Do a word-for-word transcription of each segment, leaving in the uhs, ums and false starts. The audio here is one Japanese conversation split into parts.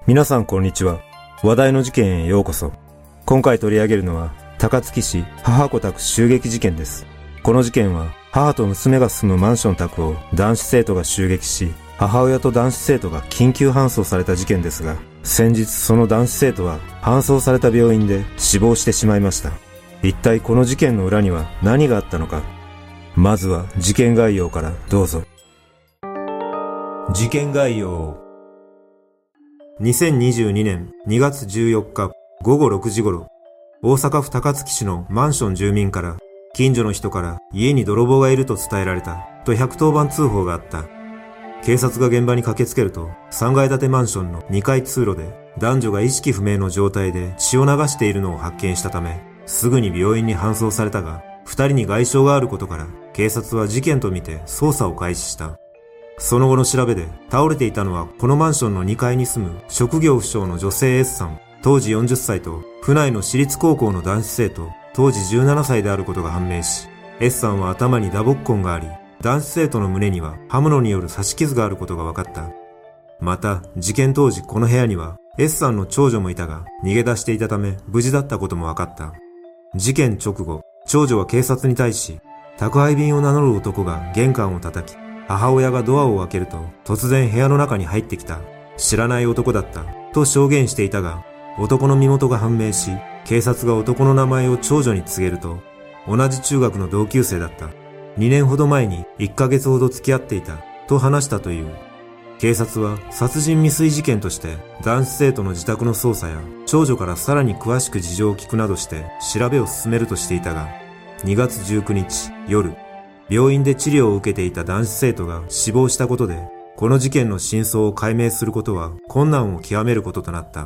皆さんこんにちは。話題の事件へようこそ。今回取り上げるのは高槻市母子宅襲撃事件です。この事件は母と娘が住むマンション宅を男子生徒が襲撃し、母親と男子生徒が緊急搬送された事件ですが、先日その男子生徒は搬送された病院で死亡してしまいました。一体この事件の裏には何があったのか。まずは事件概要からどうぞ。事件概要。にせんにじゅうにねんにがつじゅうよっかごごろくじ頃、大阪府高槻市のマンション住民から、近所の人から家に泥棒がいると伝えられたとひゃくとおばん通報があった。警察が現場に駆けつけると、さんがい建てマンションのにかい通路で男女が意識不明の状態で血を流しているのを発見したため、すぐに病院に搬送されたが、二人に外傷があることから警察は事件とみて捜査を開始した。その後の調べで、倒れていたのはこのマンションのにかいに住む職業不詳の女性 S さん、当時よんじゅっさいと、府内の私立高校の男子生徒、当時じゅうななさいであることが判明し、S さんは頭に打撲痕があり、男子生徒の胸には刃物による刺し傷があることが分かった。また、事件当時この部屋には S さんの長女もいたが、逃げ出していたため無事だったことも分かった。事件直後、長女は警察に対し、宅配便を名乗る男が玄関を叩き、母親がドアを開けると突然部屋の中に入ってきた。知らない男だったと証言していたが、男の身元が判明し、警察が男の名前を長女に告げると、同じ中学の同級生だった。にねんほど前にいっかげつほど付き合っていたと話したという。警察は殺人未遂事件として男子生徒の自宅の捜査や長女からさらに詳しく事情を聞くなどして調べを進めるとしていたが、にがつじゅうくにち夜、病院で治療を受けていた男子生徒が死亡したことで、この事件の真相を解明することは困難を極めることとなった。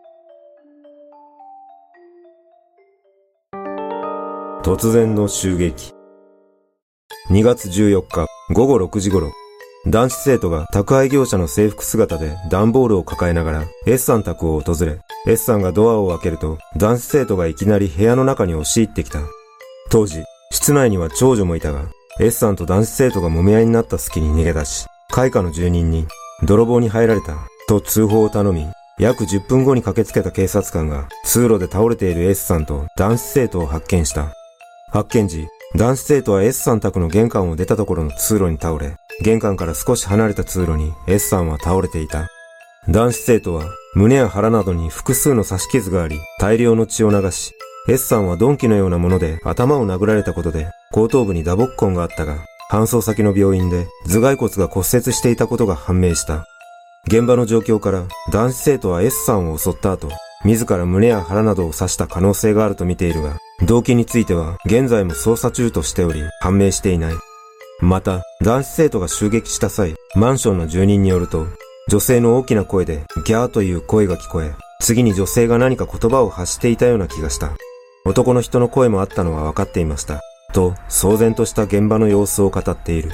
突然の襲撃。にがつじゅうよっかごごろくじ頃、男子生徒が宅配業者の制服姿で段ボールを抱えながら S さん宅を訪れ、S さんがドアを開けると男子生徒がいきなり部屋の中に押し入ってきた。当時、室内には長女もいたが、S さんと男子生徒が揉み合いになった隙に逃げ出し、階下の住人に泥棒に入られたと通報を頼み、約じゅっぷんごに駆けつけた警察官が通路で倒れている S さんと男子生徒を発見した。発見時、男子生徒は S さん宅の玄関を出たところの通路に倒れ、玄関から少し離れた通路に S さんは倒れていた。男子生徒は胸や腹などに複数の刺し傷があり、大量の血を流し、S さんは鈍器のようなもので頭を殴られたことで後頭部に打撲痕があったが、搬送先の病院で頭蓋骨が骨折していたことが判明した。現場の状況から男子生徒は S さんを襲った後、自ら胸や腹などを刺した可能性があると見ているが、動機については現在も捜査中としており判明していない。また、男子生徒が襲撃した際、マンションの住人によると、女性の大きな声でギャーという声が聞こえ、次に女性が何か言葉を発していたような気がした。男の人の声もあったのは分かっていました。と、騒然とした現場の様子を語っている。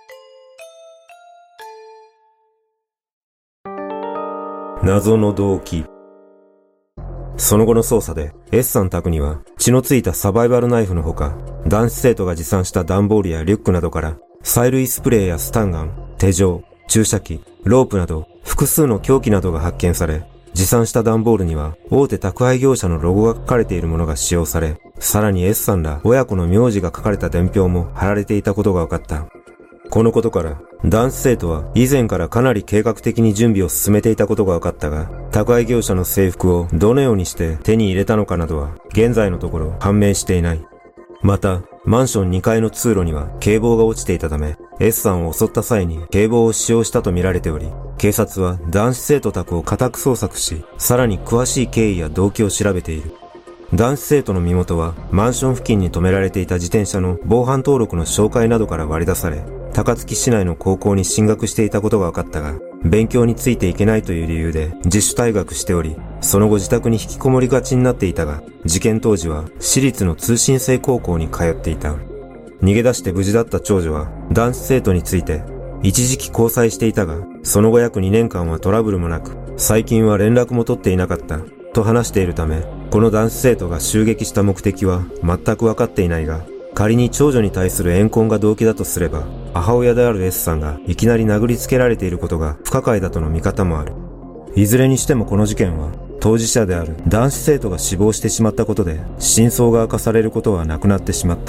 謎の動機。その後の捜査で S さん宅には血のついたサバイバルナイフのほか、男子生徒が持参した段ボールやリュックなどから催涙スプレーやスタンガン、手錠、注射器、ロープなど複数の凶器などが発見され、持参した段ボールには大手宅配業者のロゴが書かれているものが使用され、さらに S さんら親子の名字が書かれた伝票も貼られていたことが分かった。このことから男子生徒は以前からかなり計画的に準備を進めていたことが分かったが、宅配業者の制服をどのようにして手に入れたのかなどは現在のところ判明していない。また、マンションにかいの通路には警棒が落ちていたため、S さんを襲った際に警棒を使用したと見られており、警察は男子生徒宅を家宅捜索し、さらに詳しい経緯や動機を調べている。男子生徒の身元はマンション付近に止められていた自転車の防犯登録の紹介などから割り出され、高槻市内の高校に進学していたことが分かったが、勉強についていけないという理由で自主退学しており、その後自宅に引きこもりがちになっていたが、事件当時は私立の通信制高校に通っていた。逃げ出して無事だった長女は男子生徒について、一時期交際していたが、その後約にねんかんはトラブルもなく、最近は連絡も取っていなかったと話しているため、この男子生徒が襲撃した目的は全く分かっていないが、仮に長女に対する怨恨が動機だとすれば、母親である S さんがいきなり殴りつけられていることが不可解だとの見方もある。 いずれにしてもこの事件は、当事者である男子生徒が死亡してしまったことで、真相が明かされることはなくなってしまった。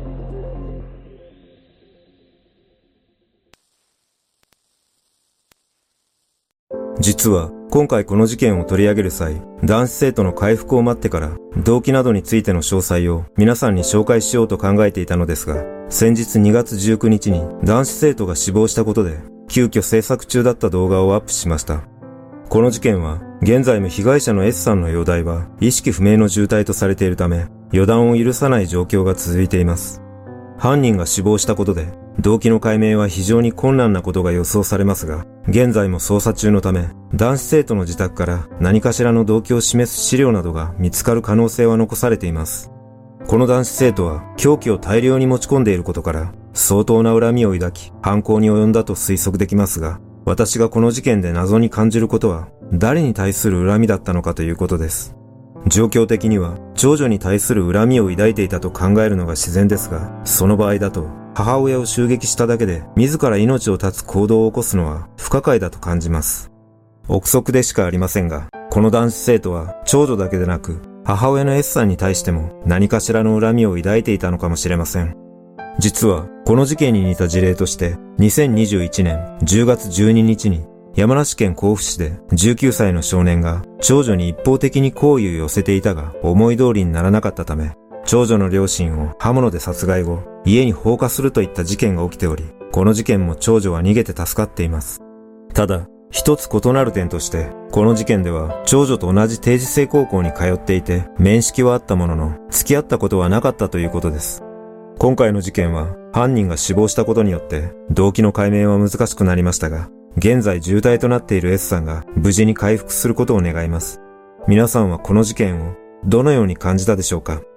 実は、今回この事件を取り上げる際、男子生徒の回復を待ってから、動機などについての詳細を皆さんに紹介しようと考えていたのですが、先日にがつじゅうくにちに男子生徒が死亡したことで、急遽制作中だった動画をアップしました。この事件は、現在も被害者の S さんの容体は意識不明の重体とされているため、予断を許さない状況が続いています。犯人が死亡したことで、動機の解明は非常に困難なことが予想されますが、現在も捜査中のため、男子生徒の自宅から何かしらの動機を示す資料などが見つかる可能性は残されています。この男子生徒は凶器を大量に持ち込んでいることから、相当な恨みを抱き、犯行に及んだと推測できますが、私がこの事件で謎に感じることは、誰に対する恨みだったのかということです。状況的には、長女に対する恨みを抱いていたと考えるのが自然ですが、その場合だと、母親を襲撃しただけで、自ら命を絶つ行動を起こすのは不可解だと感じます。憶測でしかありませんが、この男子生徒は、長女だけでなく、母親の S さんに対しても何かしらの恨みを抱いていたのかもしれません。実は、この事件に似た事例として、にせんにじゅういちねんじゅうがつじゅうににちに、山梨県甲府市でじゅうきゅうさいの少年が長女に一方的に好意を寄せていたが思い通りにならなかったため、長女の両親を刃物で殺害後、家に放火するといった事件が起きており、この事件も長女は逃げて助かっています。ただ、一つ異なる点として、この事件では長女と同じ定時制高校に通っていて、面識はあったものの、付き合ったことはなかったということです。今回の事件は、犯人が死亡したことによって、動機の解明は難しくなりましたが、現在重体となっている S さんが無事に回復することを願います。皆さんはこの事件をどのように感じたでしょうか？